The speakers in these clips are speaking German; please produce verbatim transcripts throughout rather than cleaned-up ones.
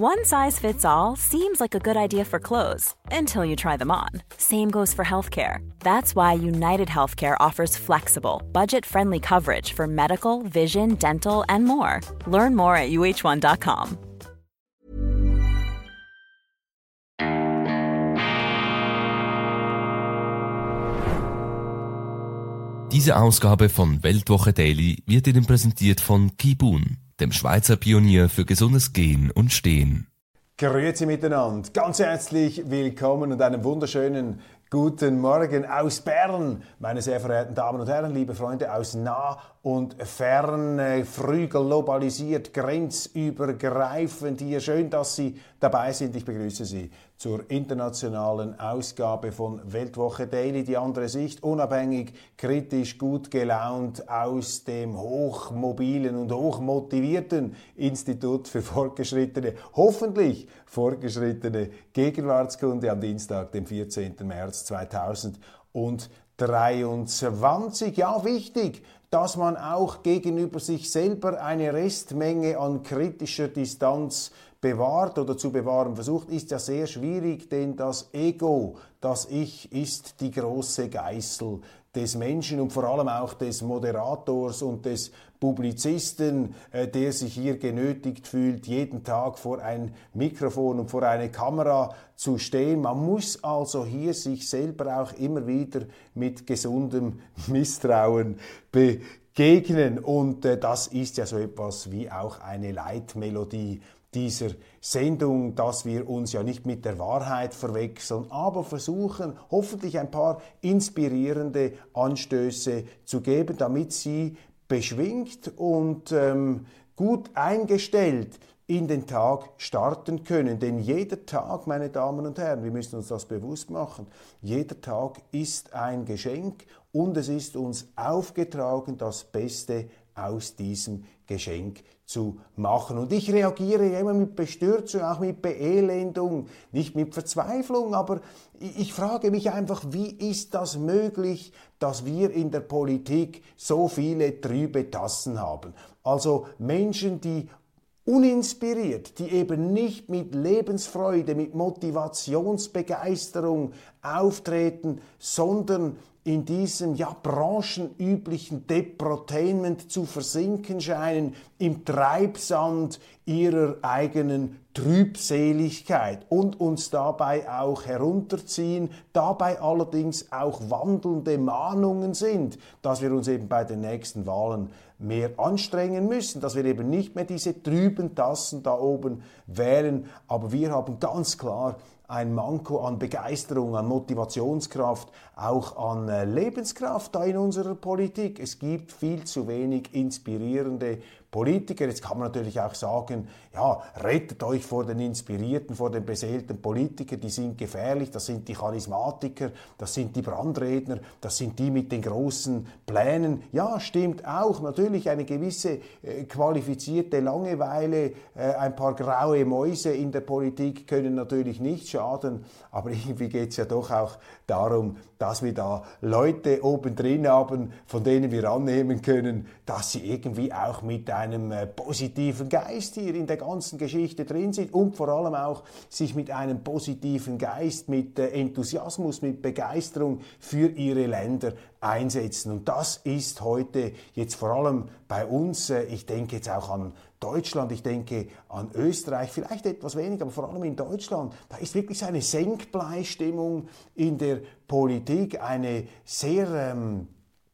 One size fits all seems like a good idea for clothes until you try them on. Same goes for healthcare. That's why United Healthcare offers flexible, budget-friendly coverage for medical, vision, dental, and more. Learn more at U H one dot com. Diese Ausgabe von Weltwoche Daily wird Ihnen präsentiert von Kibun, dem Schweizer Pionier für gesundes Gehen und Stehen. Grüezi miteinander, ganz herzlich willkommen und einen wunderschönen guten Morgen aus Bern, meine sehr verehrten Damen und Herren, liebe Freunde aus nah und fern, äh, früh globalisiert, grenzübergreifend hier. Schön, dass Sie dabei sind. Ich begrüße Sie zur internationalen Ausgabe von Weltwoche Daily. Die andere Sicht, unabhängig, kritisch, gut gelaunt aus dem hochmobilen und hochmotivierten Institut für fortgeschrittene, hoffentlich fortgeschrittene Gegenwartskunde am Dienstag, dem vierzehnten März zweitausenddreiundzwanzig. Ja, wichtig, dass man auch gegenüber sich selber eine Restmenge an kritischer Distanz bewahrt oder zu bewahren versucht, ist ja sehr schwierig, denn das Ego, das Ich, ist die große Geißel des Menschen und vor allem auch des Moderators und des Publizisten, äh, der sich hier genötigt fühlt, jeden Tag vor ein Mikrofon und vor eine Kamera zu stehen. Man muss also hier sich selber auch immer wieder mit gesundem Misstrauen begegnen und äh, das ist ja so etwas wie auch eine Leitmelodie dieser Sendung, dass wir uns ja nicht mit der Wahrheit verwechseln, aber versuchen, hoffentlich ein paar inspirierende Anstöße zu geben, damit Sie beschwingt und ähm, gut eingestellt in den Tag starten können. Denn jeder Tag, meine Damen und Herren, wir müssen uns das bewusst machen, jeder Tag ist ein Geschenk und es ist uns aufgetragen, das Beste aus diesem Geschenk zu machen. Und ich reagiere immer mit Bestürzung, auch mit Beelendung, nicht mit Verzweiflung, aber ich frage mich einfach, wie ist das möglich, dass wir in der Politik so viele trübe Tassen haben? Also Menschen, die uninspiriert, die eben nicht mit Lebensfreude, mit Motivationsbegeisterung auftreten, sondern in diesem ja branchenüblichen Deprotainment zu versinken scheinen, im Treibsand ihrer eigenen Trübseligkeit und uns dabei auch herunterziehen, dabei allerdings auch wandelnde Mahnungen sind, dass wir uns eben bei den nächsten Wahlen mehr anstrengen müssen, dass wir eben nicht mehr diese trüben Tassen da oben wählen, aber wir haben ganz klar ein Manko an Begeisterung, an Motivationskraft, auch an äh, Lebenskraft da in unserer Politik. Es gibt viel zu wenig inspirierende Politiker. Jetzt kann man natürlich auch sagen, ja, rettet euch vor den inspirierten, vor den beseelten Politikern, die sind gefährlich, das sind die Charismatiker, das sind die Brandredner, das sind die mit den großen Plänen. Ja, stimmt auch, natürlich eine gewisse äh, qualifizierte Langeweile, äh, ein paar graue Mäuse in der Politik können natürlich nicht schaden, aber irgendwie geht es ja doch auch darum, dass wir da Leute oben drin haben, von denen wir annehmen können, dass sie irgendwie auch mit einem äh, positiven Geist hier in der ganzen Geschichte drin sind und vor allem auch sich mit einem positiven Geist, mit äh, Enthusiasmus, mit Begeisterung für ihre Länder einsetzen. Und das ist heute jetzt vor allem bei uns, äh, ich denke jetzt auch an Deutschland, ich denke an Österreich, vielleicht etwas weniger, aber vor allem in Deutschland, da ist wirklich so eine Senkbleistimmung in der Politik, eine sehr ähm,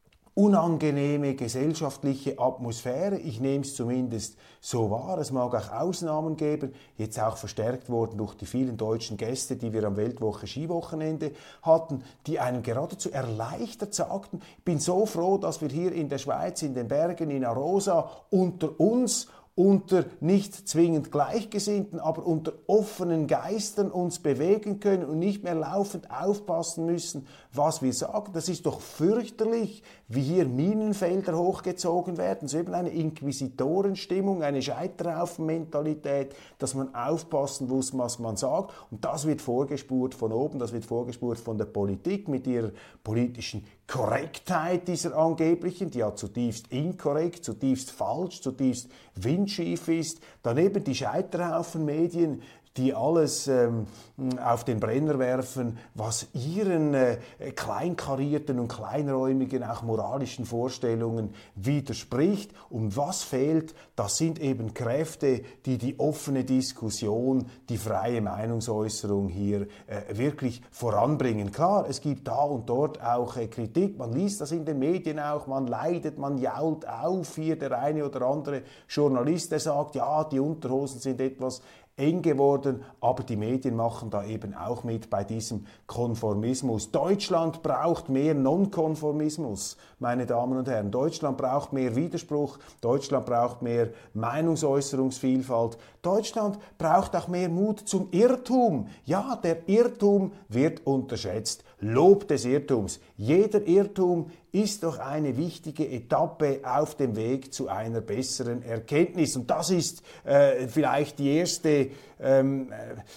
unangenehme gesellschaftliche Atmosphäre. Ich nehme es zumindest so wahr. Es mag auch Ausnahmen geben, jetzt auch verstärkt worden durch die vielen deutschen Gäste, die wir am Weltwoche Skiwochenende hatten, die einem geradezu erleichtert sagten, ich bin so froh, dass wir hier in der Schweiz, in den Bergen, in Arosa unter uns unter nicht zwingend Gleichgesinnten, aber unter offenen Geistern uns bewegen können und nicht mehr laufend aufpassen müssen, was wir sagen. Das ist doch fürchterlich, wie hier Minenfelder hochgezogen werden. So eben eine Inquisitorenstimmung, eine Scheiterhaufen-Mentalität, dass man aufpassen muss, was man sagt. Und das wird vorgespurt von oben, das wird vorgespurt von der Politik mit ihrer politischen Korrektheit dieser angeblichen, die ja zutiefst inkorrekt, zutiefst falsch, zutiefst windschief ist. Daneben die Scheiterhaufenmedien, die alles ähm, auf den Brenner werfen, was ihren äh, kleinkarierten und kleinräumigen, auch moralischen Vorstellungen widerspricht. Und was fehlt, das sind eben Kräfte, die die offene Diskussion, die freie Meinungsäußerung hier äh, wirklich voranbringen. Klar, es gibt da und dort auch äh, Kritik, man liest das in den Medien auch, man leidet, man jault auf, hier der eine oder andere Journalist, der sagt, ja, die Unterhosen sind etwas eng geworden, aber die Medien machen da eben auch mit bei diesem Konformismus. Deutschland braucht mehr Nonkonformismus, meine Damen und Herren. Deutschland braucht mehr Widerspruch, Deutschland braucht mehr Meinungsäußerungsvielfalt, Deutschland braucht auch mehr Mut zum Irrtum. Ja, der Irrtum wird unterschätzt. Lob des Irrtums. Jeder Irrtum ist doch eine wichtige Etappe auf dem Weg zu einer besseren Erkenntnis. Und das ist äh, vielleicht die erste ähm,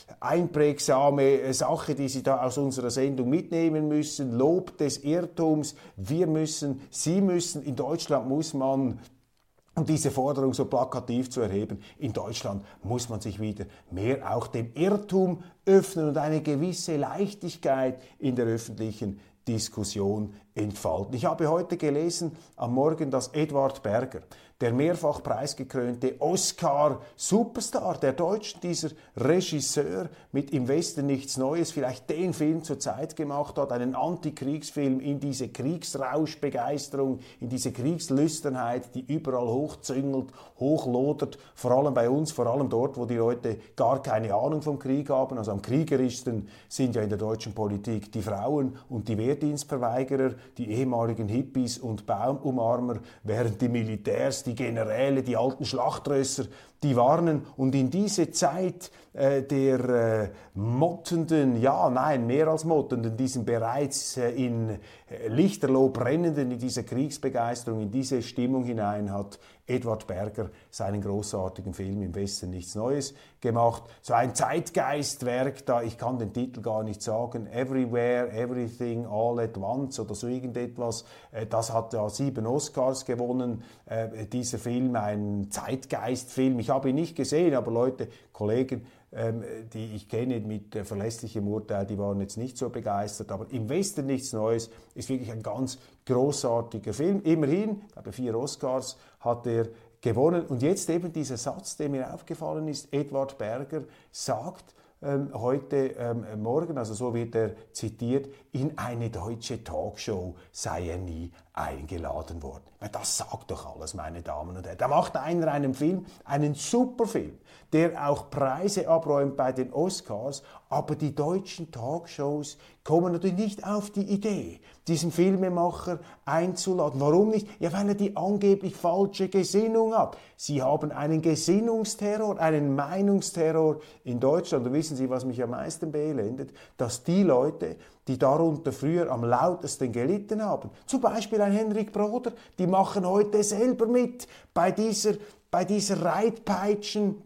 einprägsame Sache, die Sie da aus unserer Sendung mitnehmen müssen. Lob des Irrtums. Wir müssen, Sie müssen, in Deutschland muss man, um diese Forderung so plakativ zu erheben, in Deutschland muss man sich wieder mehr auch dem Irrtum öffnen und eine gewisse Leichtigkeit in der öffentlichen Diskussion entfalten. Ich habe heute gelesen am Morgen, dass Edward Berger, der mehrfach preisgekrönte Oscar-Superstar der Deutschen, dieser Regisseur mit Im Westen nichts Neues, vielleicht den Film zur Zeit gemacht hat, einen Antikriegsfilm in diese Kriegsrauschbegeisterung, in diese Kriegslüsternheit, die überall hochzüngelt, hochlodert, vor allem bei uns, vor allem dort, wo die Leute gar keine Ahnung vom Krieg haben. Also am kriegerischsten sind ja in der deutschen Politik die Frauen und die Wehrdienstverweigerer, die ehemaligen Hippies und Baumumarmer, während die Militärs, die Generäle, die alten Schlachtrösser, die warnen. Und in diese Zeit äh, der äh, mottenden, ja, nein, mehr als mottenden, diesen bereits äh, in äh, Lichterloh brennenden, in dieser Kriegsbegeisterung, in diese Stimmung hinein hat Edward Berger seinen großartigen Film Im Westen nichts Neues gemacht. So ein Zeitgeistwerk, da ich kann den Titel gar nicht sagen, Everywhere, Everything, All at Once oder so irgendetwas. Äh, das hat ja sieben Oscars gewonnen, äh, dieser Film, ein Zeitgeistfilm. Ich habe ihn nicht gesehen, aber Leute, Kollegen, ähm, die ich kenne mit äh, verlässlichem Urteil, die waren jetzt nicht so begeistert. Aber Im Westen nichts Neues ist wirklich ein ganz großartiger Film. Immerhin, ich glaube, vier Oscars hat er gewonnen. Und jetzt eben dieser Satz, der mir aufgefallen ist, Edward Berger sagt ähm, heute ähm, Morgen, also so wird er zitiert, in eine deutsche Talkshow sei er nie eingeladen worden. Das sagt doch alles, meine Damen und Herren. Da macht einer einen Film, einen super Film, der auch Preise abräumt bei den Oscars, aber die deutschen Talkshows kommen natürlich nicht auf die Idee, diesen Filmemacher einzuladen. Warum nicht? Ja, weil er die angeblich falsche Gesinnung hat. Sie haben einen Gesinnungsterror, einen Meinungsterror in Deutschland. Und wissen Sie, was mich am meisten beelendet? Dass die Leute, die darunter früher am lautesten gelitten haben, zum Beispiel ein Henrik Broder, die machen heute selber mit bei dieser, bei dieser Reitpeitschen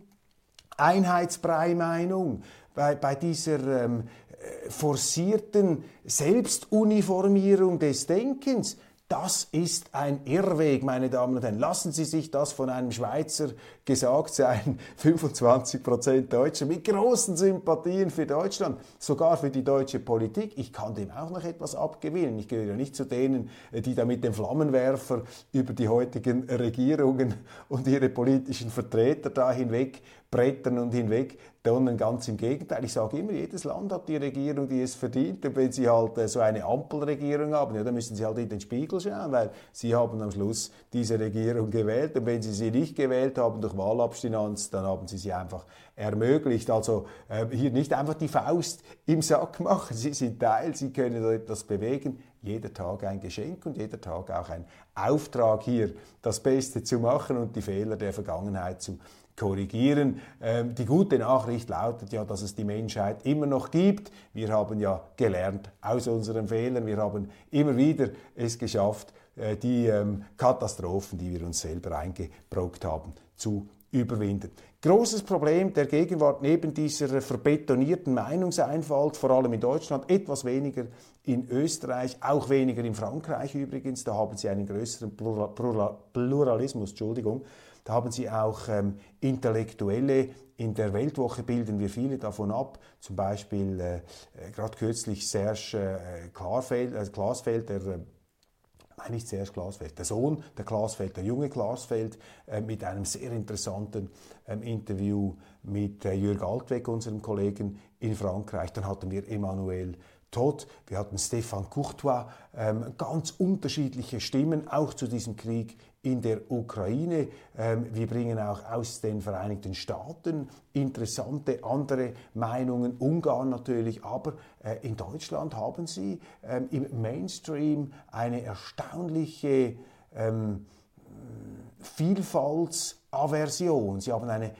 Einheitsbrei-Meinung, bei, bei dieser ähm, forcierten Selbstuniformierung des Denkens. Das ist ein Irrweg, meine Damen und Herren. Lassen Sie sich das von einem Schweizer gesagt sein, fünfundzwanzig Prozent Deutscher mit großen Sympathien für Deutschland, sogar für die deutsche Politik. Ich kann dem auch noch etwas abgewinnen. Ich gehöre ja nicht zu denen, die da mit dem Flammenwerfer über die heutigen Regierungen und ihre politischen Vertreter da hinweg brettern und hinweg donnern. Ganz im Gegenteil. Ich sage immer, jedes Land hat die Regierung, die es verdient. Und wenn Sie halt äh, so eine Ampelregierung haben, ja, dann müssen Sie halt in den Spiegel schauen, weil Sie haben am Schluss diese Regierung gewählt. Und wenn Sie sie nicht gewählt haben durch Wahlabstinenz, dann haben Sie sie einfach ermöglicht. Also äh, hier nicht einfach die Faust im Sack machen. Sie sind Teil, Sie können etwas bewegen. Jeder Tag ein Geschenk und jeder Tag auch ein Auftrag, hier das Beste zu machen und die Fehler der Vergangenheit zu korrigieren. Ähm, die gute Nachricht lautet ja, dass es die Menschheit immer noch gibt. Wir haben ja gelernt aus unseren Fehlern. Wir haben immer wieder es geschafft, äh, die ähm, Katastrophen, die wir uns selber eingebrockt haben, zu überwinden. Großes Problem der Gegenwart neben dieser verbetonierten Meinungseinfalt, vor allem in Deutschland, etwas weniger in Österreich, auch weniger in Frankreich übrigens, da haben sie einen größeren Plural, Plural, Pluralismus, Entschuldigung, da haben sie auch ähm, Intellektuelle. In der Weltwoche bilden wir viele davon ab, zum Beispiel äh, äh, gerade kürzlich Serge äh, Klarfeld, äh, Glasfeld, der äh, Nein, nicht Serge Glasfeld, der Sohn der Glasfeld, der junge Glasfeld, äh, mit einem sehr interessanten ähm, Interview mit äh, Jürg Altweg, unserem Kollegen in Frankreich. Dann hatten wir Emmanuel Todt, wir hatten Stéphane Courtois, ähm, ganz unterschiedliche Stimmen, auch zu diesem Krieg in der Ukraine. Ähm, wir bringen auch aus den Vereinigten Staaten interessante andere Meinungen, Ungarn natürlich, aber äh, in Deutschland haben sie ähm, im Mainstream eine erstaunliche ähm, Vielfaltsaversion. Sie haben eine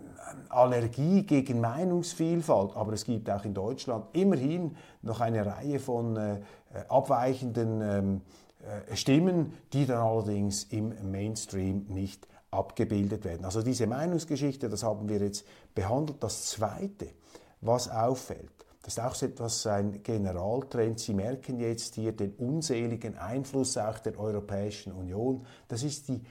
Allergie gegen Meinungsvielfalt, aber es gibt auch in Deutschland immerhin noch eine Reihe von äh, abweichenden ähm, äh, Stimmen, die dann allerdings im Mainstream nicht abgebildet werden. Also diese Meinungsgeschichte, das haben wir jetzt behandelt. Das Zweite, was auffällt, das ist auch so etwas ein Generaltrend. Sie merken jetzt hier den unseligen Einfluss auch der Europäischen Union. Das ist die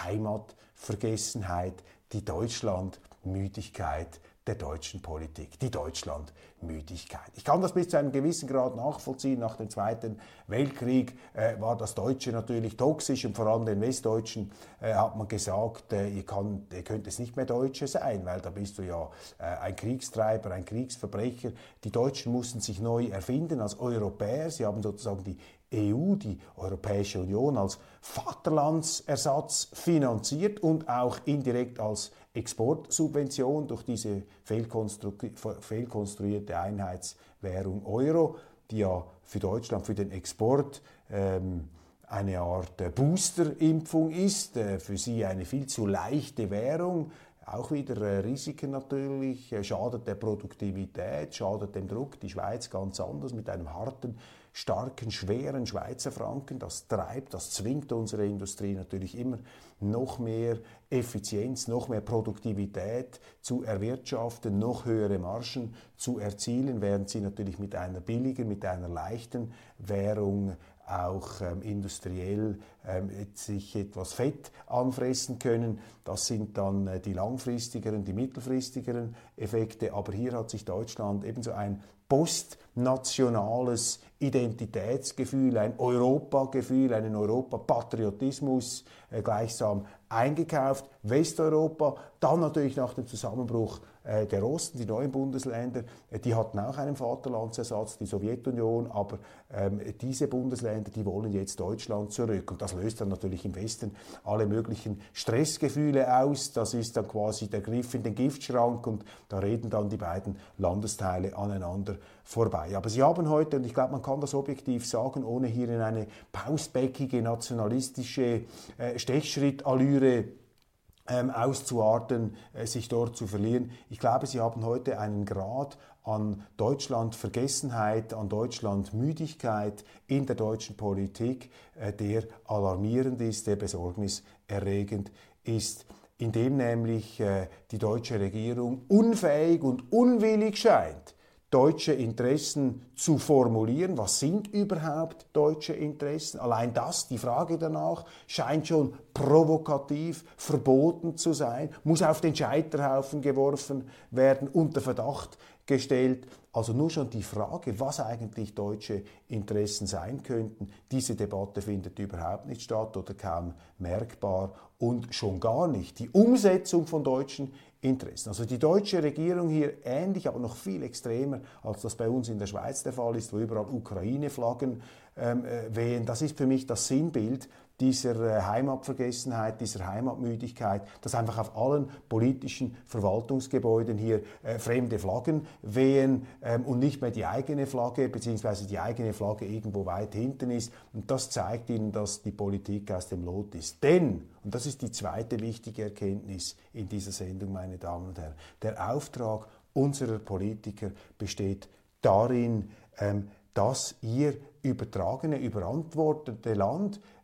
Heimatvergessenheit, die Deutschlandmüdigkeit der deutschen Politik, die Deutschlandmüdigkeit. Ich kann das bis zu einem gewissen Grad nachvollziehen. Nach dem Zweiten Weltkrieg äh, war das Deutsche natürlich toxisch und vor allem den Westdeutschen äh, hat man gesagt, äh, ihr, kann, ihr könnt es nicht mehr Deutsche sein, weil da bist du ja äh, ein Kriegstreiber, ein Kriegsverbrecher. Die Deutschen mussten sich neu erfinden als Europäer. Sie haben sozusagen die E U, die Europäische Union, als Vaterlandsersatz finanziert und auch indirekt als Exportsubvention durch diese fehlkonstru fehlkonstruierte Einheitswährung Euro, die ja für Deutschland, für den Export ähm, eine Art äh, Boosterimpfung ist, äh, für sie eine viel zu leichte Währung. Auch wieder äh, Risiken natürlich, äh, schadet der Produktivität, schadet dem Druck. Die Schweiz ganz anders mit einem harten, starken, schweren Schweizer Franken. Das treibt, das zwingt unsere Industrie natürlich immer noch mehr Effizienz, noch mehr Produktivität zu erwirtschaften, noch höhere Margen zu erzielen, während sie natürlich mit einer billigen, mit einer leichten Währung auch ähm, industriell ähm, sich etwas Fett anfressen können. Das sind dann äh, die langfristigeren, die mittelfristigeren Effekte. Aber hier hat sich Deutschland ebenso ein postnationales Identitätsgefühl, ein Europagefühl, einen Europapatriotismus äh, gleichsam eingekauft. Westeuropa, dann natürlich nach dem Zusammenbruch äh, der Osten, die neuen Bundesländer, äh, die hatten auch einen Vaterlandsersatz, die Sowjetunion, aber ähm, diese Bundesländer, die wollen jetzt Deutschland zurück. Und das löst dann natürlich im Westen alle möglichen Stressgefühle aus. Das ist dann quasi der Griff in den Giftschrank und da reden dann die beiden Landesteile aneinander vorbei. Aber sie haben heute, und ich glaube, man kann das objektiv sagen, ohne hier in eine pausbäckige nationalistische äh, Stechschrittallüre ähm, auszuarten, äh, sich dort zu verlieren. Ich glaube, sie haben heute einen Grad an Deutschlandvergessenheit, an Deutschlandmüdigkeit in der deutschen Politik, äh, der alarmierend ist, der besorgniserregend ist, indem nämlich äh, die deutsche Regierung unfähig und unwillig scheint, deutsche Interessen zu formulieren. Was sind überhaupt deutsche Interessen? Allein das, die Frage danach, scheint schon provokativ, verboten zu sein, muss auf den Scheiterhaufen geworfen werden, unter Verdacht gestellt. Also nur schon die Frage, was eigentlich deutsche Interessen sein könnten, diese Debatte findet überhaupt nicht statt oder kaum merkbar und schon gar nicht die Umsetzung von deutschen Interessen. Also die deutsche Regierung hier ähnlich, aber noch viel extremer, als das bei uns in der Schweiz der Fall ist, wo überall Ukraine-Flaggen ähm, wehen. Das ist für mich das Sinnbild dieser äh, Heimatvergessenheit, dieser Heimatmüdigkeit, dass einfach auf allen politischen Verwaltungsgebäuden hier äh, fremde Flaggen wehen ähm, und nicht mehr die eigene Flagge, beziehungsweise die eigene Flagge irgendwo weit hinten ist. Und das zeigt Ihnen, dass die Politik aus dem Lot ist. Denn, und das ist die zweite wichtige Erkenntnis in dieser Sendung, meine Damen und Herren, der Auftrag unserer Politiker besteht darin, ähm, dass ihr übertragene, überantwortete Land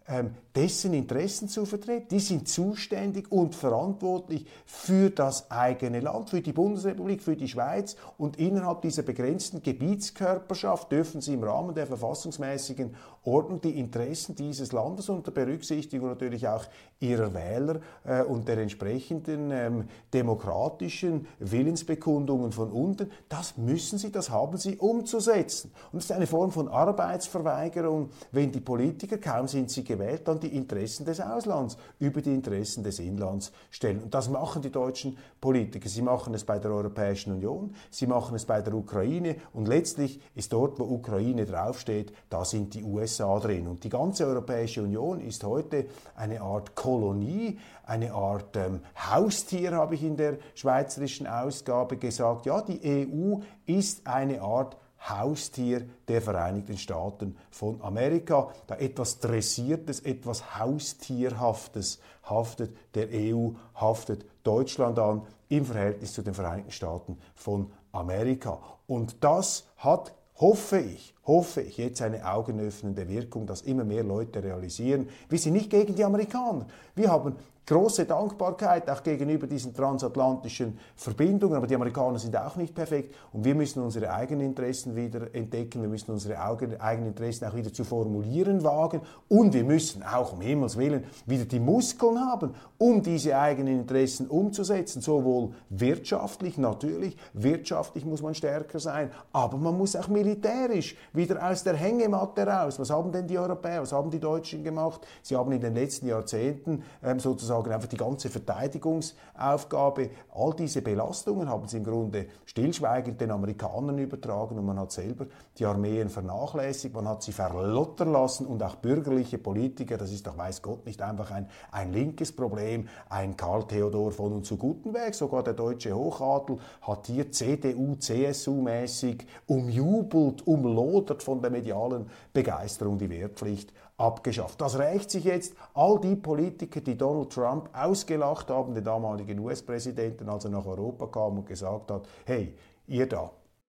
ähm, dessen Interessen zu vertreten. Die sind zuständig und verantwortlich für das eigene Land, für die Bundesrepublik, für die Schweiz, und innerhalb dieser begrenzten Gebietskörperschaft dürfen sie im Rahmen der verfassungsmäßigen Ordnung die Interessen dieses Landes unter Berücksichtigung natürlich auch ihrer Wähler äh, und der entsprechenden ähm, demokratischen Willensbekundungen von unten, das müssen sie, das haben sie umzusetzen. Und es ist eine Form von Arbeitsverweigerung, wenn die Politiker, kaum sind sie gewählt, dann die Interessen des Auslands über die Interessen des Inlands stellen. Und das machen die deutschen Politiker. Sie machen es bei der Europäischen Union, sie machen es bei der Ukraine, und letztlich ist dort, wo Ukraine draufsteht, da sind die U S A drin. Und die ganze Europäische Union ist heute eine Art Kolonie, eine Art ähm, Haustier, habe ich in der schweizerischen Ausgabe gesagt. Ja, die E U ist eine Art Haustier der Vereinigten Staaten von Amerika. Da etwas Dressiertes, etwas Haustierhaftes haftet der E U, haftet Deutschland an im Verhältnis zu den Vereinigten Staaten von Amerika. Und das hat, hoffe ich, hoffe ich, jetzt eine augenöffnende Wirkung, dass immer mehr Leute realisieren, wir sind nicht gegen die Amerikaner. Wir haben große Dankbarkeit auch gegenüber diesen transatlantischen Verbindungen, aber die Amerikaner sind auch nicht perfekt, und wir müssen unsere eigenen Interessen wieder entdecken, wir müssen unsere eigenen Interessen auch wieder zu formulieren wagen, und wir müssen auch, um Himmels Willen, wieder die Muskeln haben, um diese eigenen Interessen umzusetzen, sowohl wirtschaftlich, natürlich, wirtschaftlich muss man stärker sein, aber man muss auch militärisch wieder aus der Hängematte raus. Was haben denn die Europäer, was haben die Deutschen gemacht? Sie haben in den letzten Jahrzehnten ähm, sozusagen einfach die ganze Verteidigungsaufgabe, all diese Belastungen haben sie im Grunde stillschweigend den Amerikanern übertragen, und man hat selber die Armeen vernachlässigt, man hat sie verlottern lassen, und auch bürgerliche Politiker, das ist doch weiß Gott nicht einfach ein, ein linkes Problem, ein Karl Theodor von und zu Guttenberg, sogar der deutsche Hochadel hat hier C D U, C S U-mäßig umjubelt, umlodert von der medialen Begeisterung die Wehrpflicht abgeschafft. Das rächt sich jetzt all die Politiker, die Donald Trump ausgelacht haben, den damaligen U S-Präsidenten, als er nach Europa kam und gesagt hat, hey, ihr da.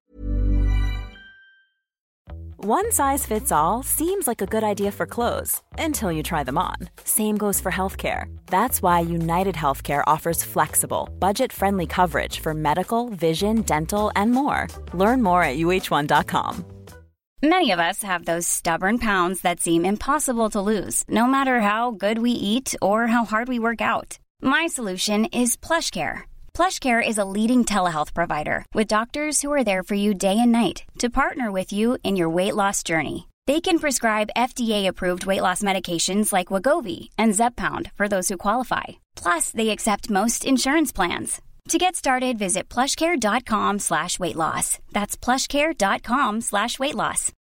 One size fits all seems like a good idea for clothes until you try them on. Same goes for healthcare. That's why United Healthcare offers flexible, budget-friendly coverage for medical, vision, dental, and more. Learn more at U H one dot com. Many of us have those stubborn pounds that seem impossible to lose, no matter how good we eat or how hard we work out. My solution is PlushCare. PlushCare is a leading telehealth provider with doctors who are there for you day and night to partner with you in your weight loss journey. They can prescribe F D A-approved weight loss medications like Wegovy and Zepbound for those who qualify. Plus, they accept most insurance plans. To get started, visit plushcare.com slash weight loss. That's plushcare.com slash weight loss.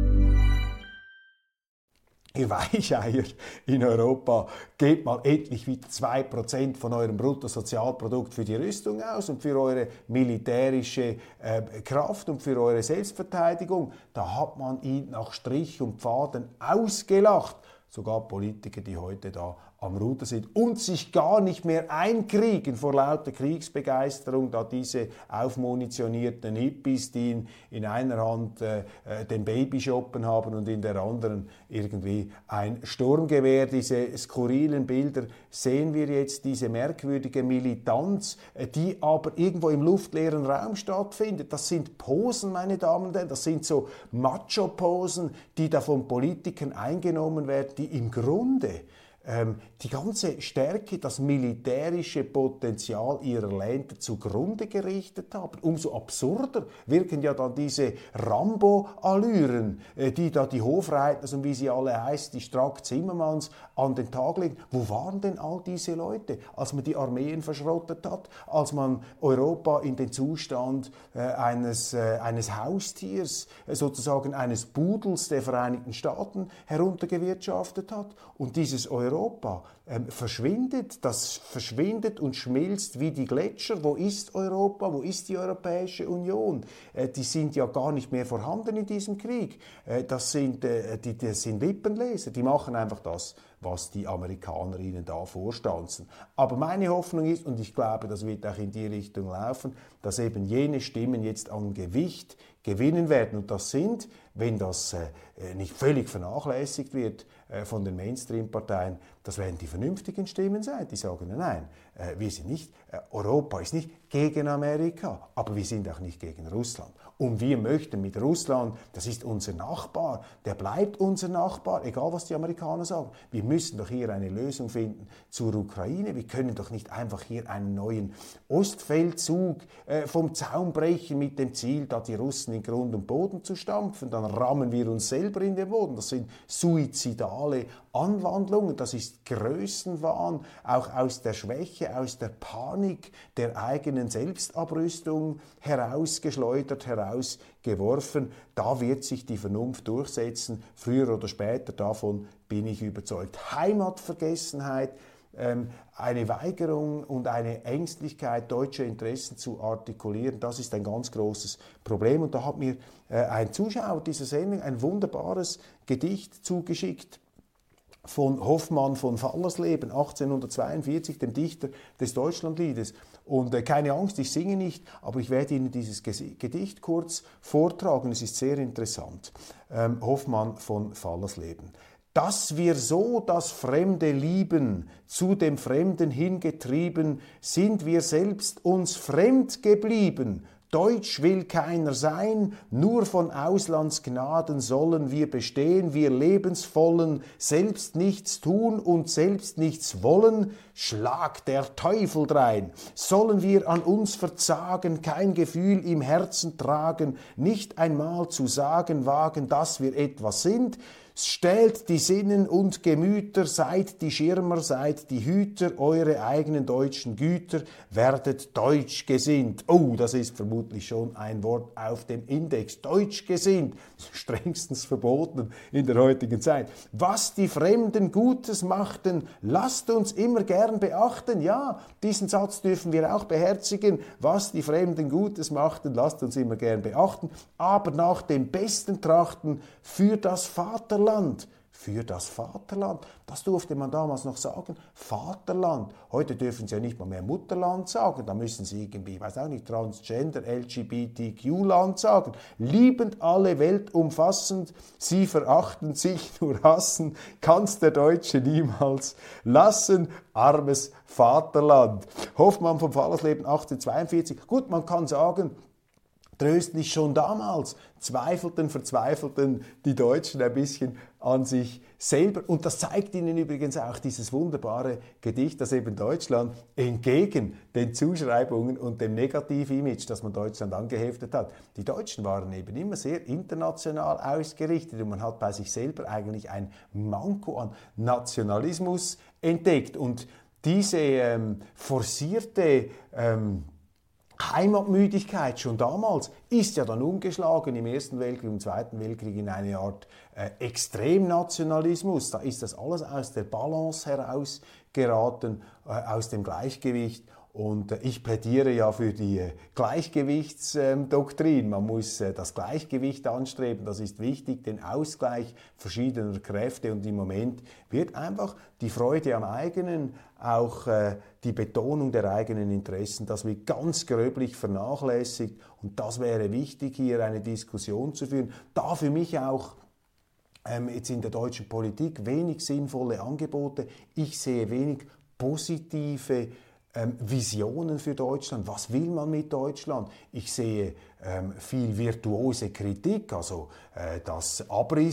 Ihr Weicheier in Europa, gebt mal endlich wieder zwei Prozent von eurem Bruttosozialprodukt für die Rüstung aus und für eure militärische äh, Kraft und für eure Selbstverteidigung. Da hat man ihn nach Strich und Faden ausgelacht. Sogar Politiker, die heute da am Ruder sind und sich gar nicht mehr einkriegen vor lauter Kriegsbegeisterung, da diese aufmunitionierten Hippies, die in, in einer Hand äh, den Babyshoppen haben und in der anderen irgendwie ein Sturmgewehr. Diese skurrilen Bilder sehen wir jetzt, diese merkwürdige Militanz, äh, die aber irgendwo im luftleeren Raum stattfindet. Das sind Posen, meine Damen und Herren, das sind so Macho-Posen, die da von Politikern eingenommen werden, die im Grunde Ähm, die ganze Stärke, das militärische Potenzial ihrer Länder zugrunde gerichtet haben. Umso absurder wirken ja dann diese Rambo-Allüren, äh, die da die Hofreitners und wie sie alle heißen, die Strack-Zimmermanns an den Tag legen. Wo waren denn all diese Leute, als man die Armeen verschrottet hat, als man Europa in den Zustand äh, eines, äh, eines Haustiers, äh, sozusagen eines Pudels der Vereinigten Staaten heruntergewirtschaftet hat? Und dieses Europa Europa ähm, verschwindet, das verschwindet und schmilzt wie die Gletscher. Wo ist Europa? Wo ist die Europäische Union? Äh, die sind ja gar nicht mehr vorhanden in diesem Krieg. Äh, das sind, äh, die, das sind Lippenleser, die machen einfach das, was die Amerikaner ihnen da vorstanzen. Aber meine Hoffnung ist, und ich glaube, das wird auch in die Richtung laufen, dass eben jene Stimmen jetzt an Gewicht gewinnen werden. Und das sind, wenn das äh, nicht völlig vernachlässigt wird äh, von den Mainstream-Parteien, das werden die vernünftigen Stimmen sein, die sagen, nein, äh, wir sind nicht, äh, Europa ist nicht gegen Amerika, aber wir sind auch nicht gegen Russland. Und wir möchten mit Russland, das ist unser Nachbar, der bleibt unser Nachbar, egal was die Amerikaner sagen. Wir müssen doch hier eine Lösung finden zur Ukraine. Wir können doch nicht einfach hier einen neuen Ostfeldzug äh, vom Zaun brechen mit dem Ziel, da die Russen in Grund und Boden zu stampfen. Dann rammen wir uns selber in den Boden. Das sind suizidale Anwandlungen, das ist Größenwahn, auch aus der Schwäche, aus der Panik der eigenen Selbstabrüstung herausgeschleudert, herausgeworfen. Da wird sich die Vernunft durchsetzen, früher oder später, davon bin ich überzeugt. Heimatvergessenheit, ähm, eine Weigerung und eine Ängstlichkeit, deutsche Interessen zu artikulieren, das ist ein ganz großes Problem. Und da hat mir äh, ein Zuschauer dieser Sendung ein wunderbares Gedicht zugeschickt von Hoffmann von Fallersleben, achtzehnhundertzweiundvierzig, dem Dichter des Deutschlandliedes. Und äh, keine Angst, ich singe nicht, aber ich werde Ihnen dieses Gedicht kurz vortragen. Es ist sehr interessant. Ähm, Hoffmann von Fallersleben. Dass wir so das Fremde lieben, zu dem Fremden hingetrieben, sind wir selbst uns fremd geblieben. Deutsch will keiner sein, nur von Auslandsgnaden sollen wir bestehen, wir lebensvollen, selbst nichts tun und selbst nichts wollen, schlag der Teufel drein. Sollen wir an uns verzagen, kein Gefühl im Herzen tragen, nicht einmal zu sagen wagen, dass wir etwas sind, stellt die Sinnen und Gemüter, seid die Schirmer, seid die Hüter, eure eigenen deutschen Güter, werdet deutsch gesinnt. Oh, das ist vermutlich schon ein Wort auf dem Index. Deutsch gesinnt, strengstens verboten in der heutigen Zeit. Was die Fremden Gutes machten, lasst uns immer gern beachten. Ja, diesen Satz dürfen wir auch beherzigen. Was die Fremden Gutes machten, lasst uns immer gern beachten. Aber nach dem Besten trachten für das Vaterland. Für das Vaterland. Das durfte man damals noch sagen. Vaterland. Heute dürfen sie ja nicht mal mehr Mutterland sagen. Da müssen sie irgendwie, ich weiß auch nicht, Transgender, L G B T Q-Land sagen. Liebend alle Welt umfassend, sie verachten, sich nur hassen, kann's der Deutsche niemals lassen. Armes Vaterland. Hoffmann vom Fallersleben achtzehnhundertzweiundvierzig. Gut, man kann sagen, tröstlich schon damals zweifelten, verzweifelten die Deutschen ein bisschen an sich selber. Und das zeigt ihnen übrigens auch dieses wunderbare Gedicht, dass eben Deutschland entgegen den Zuschreibungen und dem Negativ-Image, das man Deutschland angeheftet hat, die Deutschen waren eben immer sehr international ausgerichtet und man hat bei sich selber eigentlich ein Manko an Nationalismus entdeckt. Und diese ähm, forcierte ähm, Heimatmüdigkeit schon damals ist ja dann umgeschlagen im Ersten Weltkrieg, im Zweiten Weltkrieg in eine Art äh, Extremnationalismus. Da ist das alles aus der Balance herausgeraten, äh, aus dem Gleichgewicht. Und äh, ich plädiere ja für die äh, Gleichgewichtsdoktrin. Man muss äh, das Gleichgewicht anstreben, das ist wichtig, den Ausgleich verschiedener Kräfte. Und im Moment wird einfach die Freude am eigenen, auch äh, die Betonung der eigenen Interessen, das wird ganz gröblich vernachlässigt. Und das wäre wichtig, hier eine Diskussion zu führen. Da für mich auch ähm, jetzt in der deutschen Politik wenig sinnvolle Angebote. Ich sehe wenig positive Ähm, Visionen für Deutschland. Was will man mit Deutschland? Ich sehe ähm, viel virtuose Kritik, also äh, das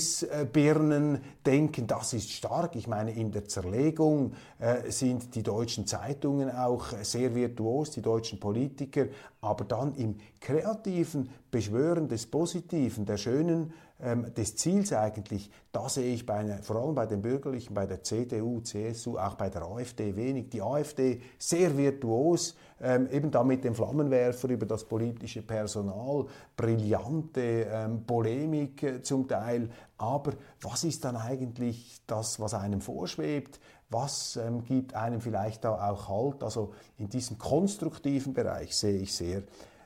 Abrissbirnen-Denken, das ist stark. Ich meine, in der Zerlegung äh, sind die deutschen Zeitungen auch sehr virtuos, die deutschen Politiker, aber dann im kreativen Beschwören des Positiven, der schönen ähm, des Ziels eigentlich, da sehe ich bei einer, vor allem bei den Bürgerlichen, bei der C D U, C S U, auch bei der AfD wenig. Die AfD sehr virtuos, ähm, eben da mit dem Flammenwerfer über das politische Personal, brillante ähm, Polemik äh, zum Teil. Aber was ist dann eigentlich das, was einem vorschwebt? Was ähm, gibt einem vielleicht da auch Halt? Also in diesem konstruktiven Bereich sehe ich sehr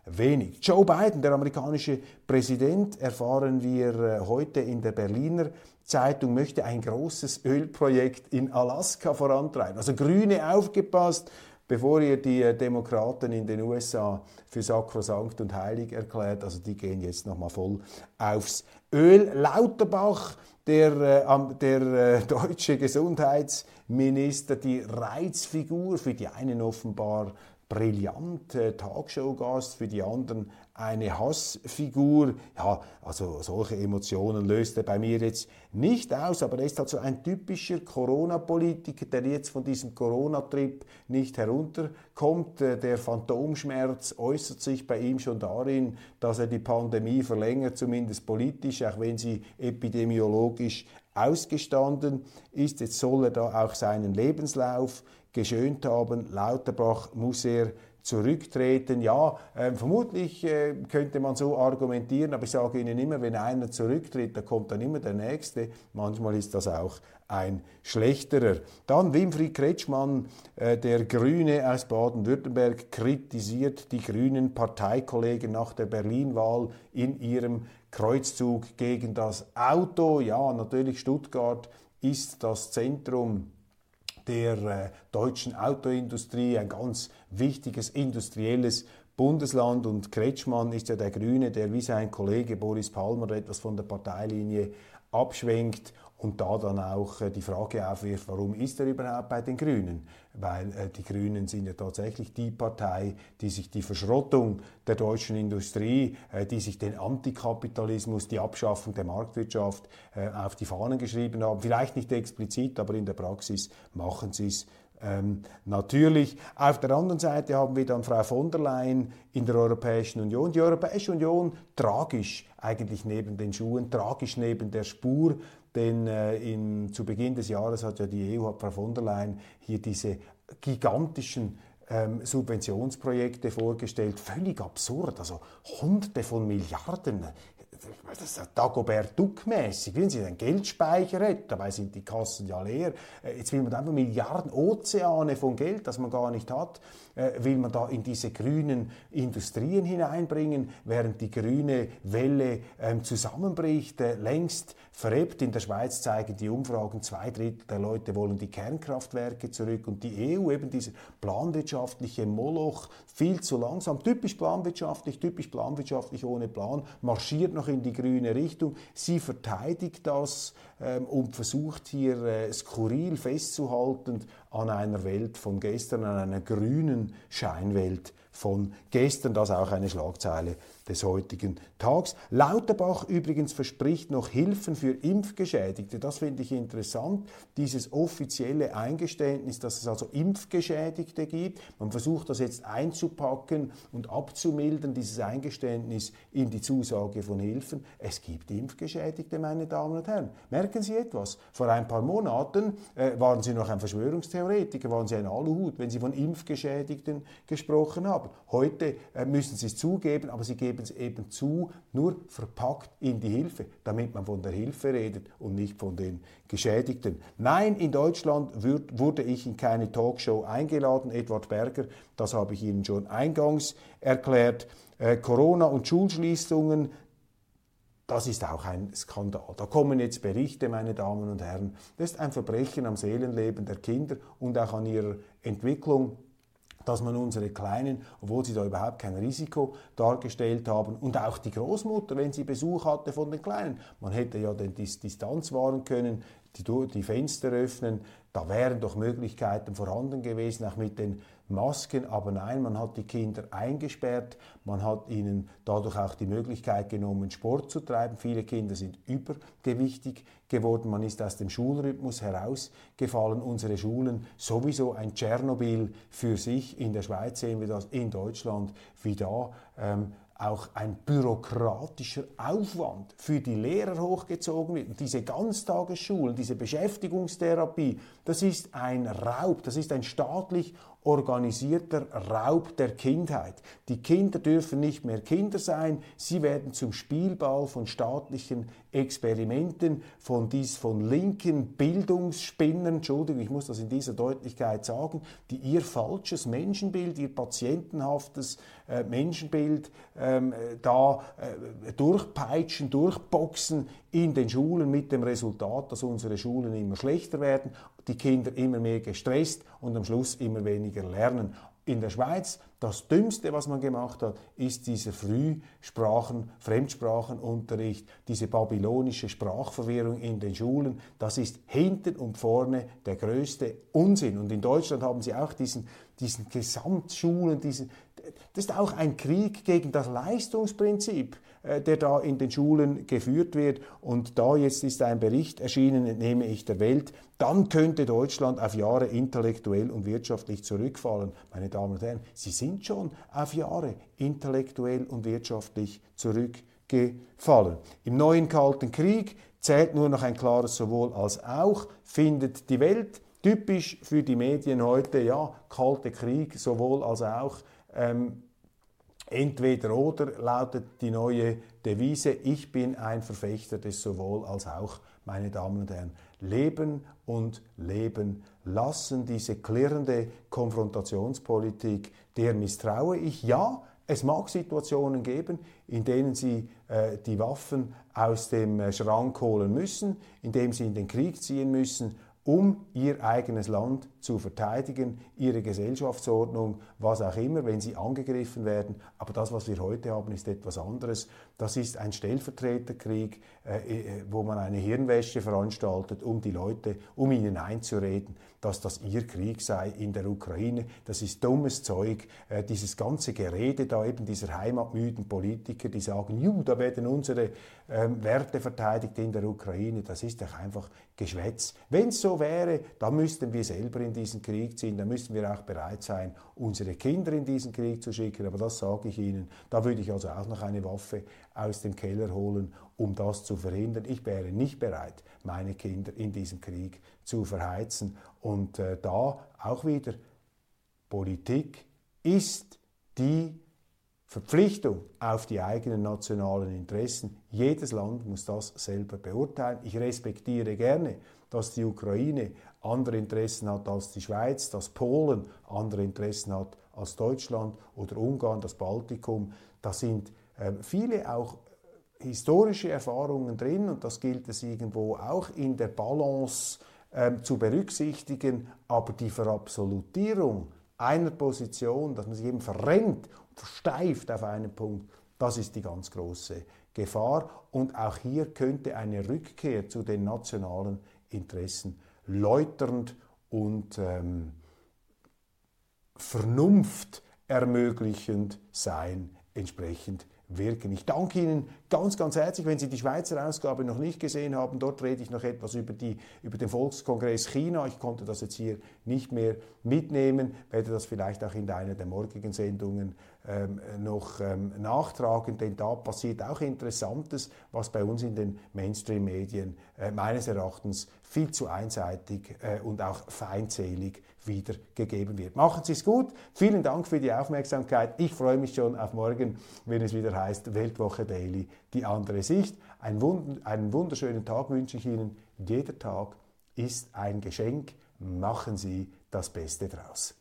wenig. Joe Biden, der amerikanische Präsident, erfahren wir äh, heute in der Berliner Zeitung, möchte ein großes Ölprojekt in Alaska vorantreiben. Also Grüne, aufgepasst, bevor ihr die äh, Demokraten in den U S A für sakrosankt und heilig erklärt. Also die gehen jetzt nochmal voll aufs Öl. Lauterbach, der, äh, der äh, deutsche Gesundheitsminister, die Reizfigur, für die einen offenbar brillant, äh, Talkshow-Gast, für die anderen eine Hassfigur. Ja, also solche Emotionen löst er bei mir jetzt nicht aus, aber er ist halt so ein typischer Corona-Politiker, der jetzt von diesem Corona-Trip nicht herunterkommt. Äh, der Phantomschmerz äußert sich bei ihm schon darin, dass er die Pandemie verlängert, zumindest politisch, auch wenn sie epidemiologisch ausgestanden ist. Jetzt soll er da auch seinen Lebenslauf geschönt haben. Lauterbach muss er zurücktreten. Ja, äh, vermutlich äh, könnte man so argumentieren, aber ich sage Ihnen immer, wenn einer zurücktritt, dann kommt dann immer der Nächste. Manchmal ist das auch ein schlechterer. Dann Winfried Kretschmann, äh, der Grüne aus Baden-Württemberg, kritisiert die grünen Parteikollegen nach der Berlin-Wahl in ihrem Kreuzzug gegen das Auto. Ja, natürlich Stuttgart ist das Zentrum der äh, deutschen Autoindustrie, ein ganz wichtiges industrielles Bundesland, und Kretschmann ist ja der Grüne, der wie sein Kollege Boris Palmer etwas von der Parteilinie abschwenkt und da dann auch äh, die Frage aufwirft, warum ist er überhaupt bei den Grünen? Weil äh, die Grünen sind ja tatsächlich die Partei, die sich die Verschrottung der deutschen Industrie, äh, die sich den Antikapitalismus, die Abschaffung der Marktwirtschaft äh, auf die Fahnen geschrieben haben. Vielleicht nicht explizit, aber in der Praxis machen sie es Ähm, natürlich. Auf der anderen Seite haben wir dann Frau von der Leyen in der Europäischen Union. Die Europäische Union tragisch eigentlich neben den Schuhen, tragisch neben der Spur, denn äh, in, zu Beginn des Jahres hat ja die E U, hat Frau von der Leyen hier diese gigantischen ähm, Subventionsprojekte vorgestellt. Völlig absurd, also Hunderte von Milliarden. Das ist Dagobert Duck-mäßig. Wenn Sie einen Geldspeicher hätten, dabei sind die Kassen ja leer. Jetzt will man einfach Milliarden, Ozeane von Geld, das man gar nicht hat, will man da in diese grünen Industrien hineinbringen, während die grüne Welle ähm, zusammenbricht, äh, längst verebbt. In der Schweiz zeigen die Umfragen, zwei Drittel der Leute wollen die Kernkraftwerke zurück, und die E U, eben dieser planwirtschaftliche Moloch, viel zu langsam, typisch planwirtschaftlich, typisch planwirtschaftlich ohne Plan, marschiert noch in die grüne Richtung. Sie verteidigt das ähm, und versucht hier äh, skurril festzuhalten an einer Welt von gestern, an einer grünen Scheinwelt von gestern. Das auch eine Schlagzeile des heutigen Tags. Lauterbach übrigens verspricht noch Hilfen für Impfgeschädigte. Das finde ich interessant, dieses offizielle Eingeständnis, dass es also Impfgeschädigte gibt. Man versucht das jetzt einzupacken und abzumildern, dieses Eingeständnis in die Zusage von Hilfen. Es gibt Impfgeschädigte, meine Damen und Herren. Merken Sie etwas? Vor ein paar Monaten äh, waren Sie noch ein Verschwörungstheoretiker, waren Sie ein Aluhut, wenn Sie von Impfgeschädigten gesprochen haben. Heute äh, müssen Sie es zugeben, aber Sie geben es eben zu, nur verpackt in die Hilfe, damit man von der Hilfe redet und nicht von den Geschädigten. Nein, in Deutschland würd, wurde ich in keine Talkshow eingeladen, Edward Berger, das habe ich Ihnen schon eingangs erklärt. Äh, Corona und Schulschließungen, das ist auch ein Skandal. Da kommen jetzt Berichte, meine Damen und Herren. Das ist ein Verbrechen am Seelenleben der Kinder und auch an ihrer Entwicklung, dass man unsere Kleinen, obwohl sie da überhaupt kein Risiko dargestellt haben, und auch die Großmutter, wenn sie Besuch hatte von den Kleinen, man hätte ja die Distanz wahren können, die, die Fenster öffnen, da wären doch Möglichkeiten vorhanden gewesen, auch mit den Masken, aber nein, man hat die Kinder eingesperrt, man hat ihnen dadurch auch die Möglichkeit genommen, Sport zu treiben. Viele Kinder sind übergewichtig geworden, man ist aus dem Schulrhythmus herausgefallen. Unsere Schulen sowieso ein Tschernobyl für sich. In der Schweiz sehen wir das, in Deutschland wie da. Ähm, auch ein bürokratischer Aufwand für die Lehrer hochgezogen wird. Und diese Ganztagesschulen, diese Beschäftigungstherapie, das ist ein Raub, das ist ein staatlich organisierter Raub der Kindheit. Die Kinder dürfen nicht mehr Kinder sein, sie werden zum Spielball von staatlichen Experimenten, von, dies, von linken Bildungsspinnern, Entschuldigung, ich muss das in dieser Deutlichkeit sagen, die ihr falsches Menschenbild, ihr patientenhaftes äh, Menschenbild ähm, da äh, durchpeitschen, durchboxen in den Schulen mit dem Resultat, dass unsere Schulen immer schlechter werden, die Kinder immer mehr gestresst und am Schluss immer weniger lernen. In der Schweiz, das Dümmste, was man gemacht hat, ist dieser Frühsprachen-, Fremdsprachenunterricht, diese babylonische Sprachverwirrung in den Schulen. Das ist hinten und vorne der größte Unsinn. Und in Deutschland haben sie auch diesen, diesen Gesamtschulen, diesen, das ist auch ein Krieg gegen das Leistungsprinzip, der da in den Schulen geführt wird. Und da jetzt ist ein Bericht erschienen, entnehme ich der Welt, dann könnte Deutschland auf Jahre intellektuell und wirtschaftlich zurückfallen. Meine Damen und Herren, Sie sind schon auf Jahre intellektuell und wirtschaftlich zurückgefallen. Im neuen Kalten Krieg zählt nur noch ein klares Sowohl als auch, findet die Welt. Typisch für die Medien heute, ja, Kalte Krieg, sowohl als auch. Ähm, Entweder oder lautet die neue Devise. Ich bin ein Verfechter des sowohl als auch, meine Damen und Herren. Leben und leben lassen, diese klirrende Konfrontationspolitik, der misstraue ich. Ja, es mag Situationen geben, in denen Sie äh, die Waffen aus dem äh, Schrank holen müssen, in denen Sie in den Krieg ziehen müssen, um ihr eigenes Land zu verteidigen, ihre Gesellschaftsordnung, was auch immer, wenn sie angegriffen werden. Aber das, was wir heute haben, ist etwas anderes. Das ist ein Stellvertreterkrieg, äh, wo man eine Hirnwäsche veranstaltet, um die Leute, um ihnen einzureden, dass das ihr Krieg sei in der Ukraine. Das ist dummes Zeug. Äh, dieses ganze Gerede da eben dieser heimatmüden Politiker, die sagen, ju, da werden unsere äh, Werte verteidigt in der Ukraine. Das ist doch einfach Geschwätz. Wenn es so wäre, dann müssten wir selber in diesen Krieg ziehen, dann müssten wir auch bereit sein, unsere Kinder in diesen Krieg zu schicken. Aber das sage ich Ihnen, da würde ich also auch noch eine Waffe aus dem Keller holen, um das zu verhindern. Ich wäre nicht bereit, meine Kinder in diesem Krieg zu verheizen. Und äh, da auch wieder, Politik ist die Verpflichtung auf die eigenen nationalen Interessen. Jedes Land muss das selber beurteilen. Ich respektiere gerne, dass die Ukraine andere Interessen hat als die Schweiz, dass Polen andere Interessen hat als Deutschland oder Ungarn, das Baltikum. Da sind äh, viele auch historische Erfahrungen drin und das gilt es irgendwo auch in der Balance äh, zu berücksichtigen. Aber die Verabsolutierung einer Position, dass man sich eben verrennt, versteift auf einen Punkt, das ist die ganz große Gefahr. Und auch hier könnte eine Rückkehr zu den nationalen Interessen läuternd und ähm, Vernunft ermöglichend sein, entsprechend wirken. Ich danke Ihnen ganz, ganz herzlich. Wenn Sie die Schweizer Ausgabe noch nicht gesehen haben, dort rede ich noch etwas über, die, über den Volkskongress China. Ich konnte das jetzt hier nicht mehr mitnehmen, werde das vielleicht auch in einer der morgigen Sendungen ähm, noch ähm, nachtragen, denn da passiert auch Interessantes, was bei uns in den Mainstream-Medien äh, meines Erachtens viel zu einseitig äh, und auch feindselig wiedergegeben wird. Machen Sie es gut. Vielen Dank für die Aufmerksamkeit. Ich freue mich schon auf morgen, wenn es wieder heißt Weltwoche Daily, die andere Sicht. Ein Wund- einen wunderschönen Tag wünsche ich Ihnen. Jeder Tag ist ein Geschenk. Machen Sie das Beste draus.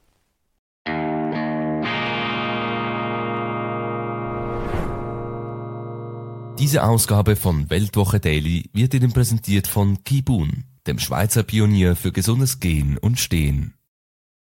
Diese Ausgabe von Weltwoche Daily wird Ihnen präsentiert von Kibun, dem Schweizer Pionier für gesundes Gehen und Stehen.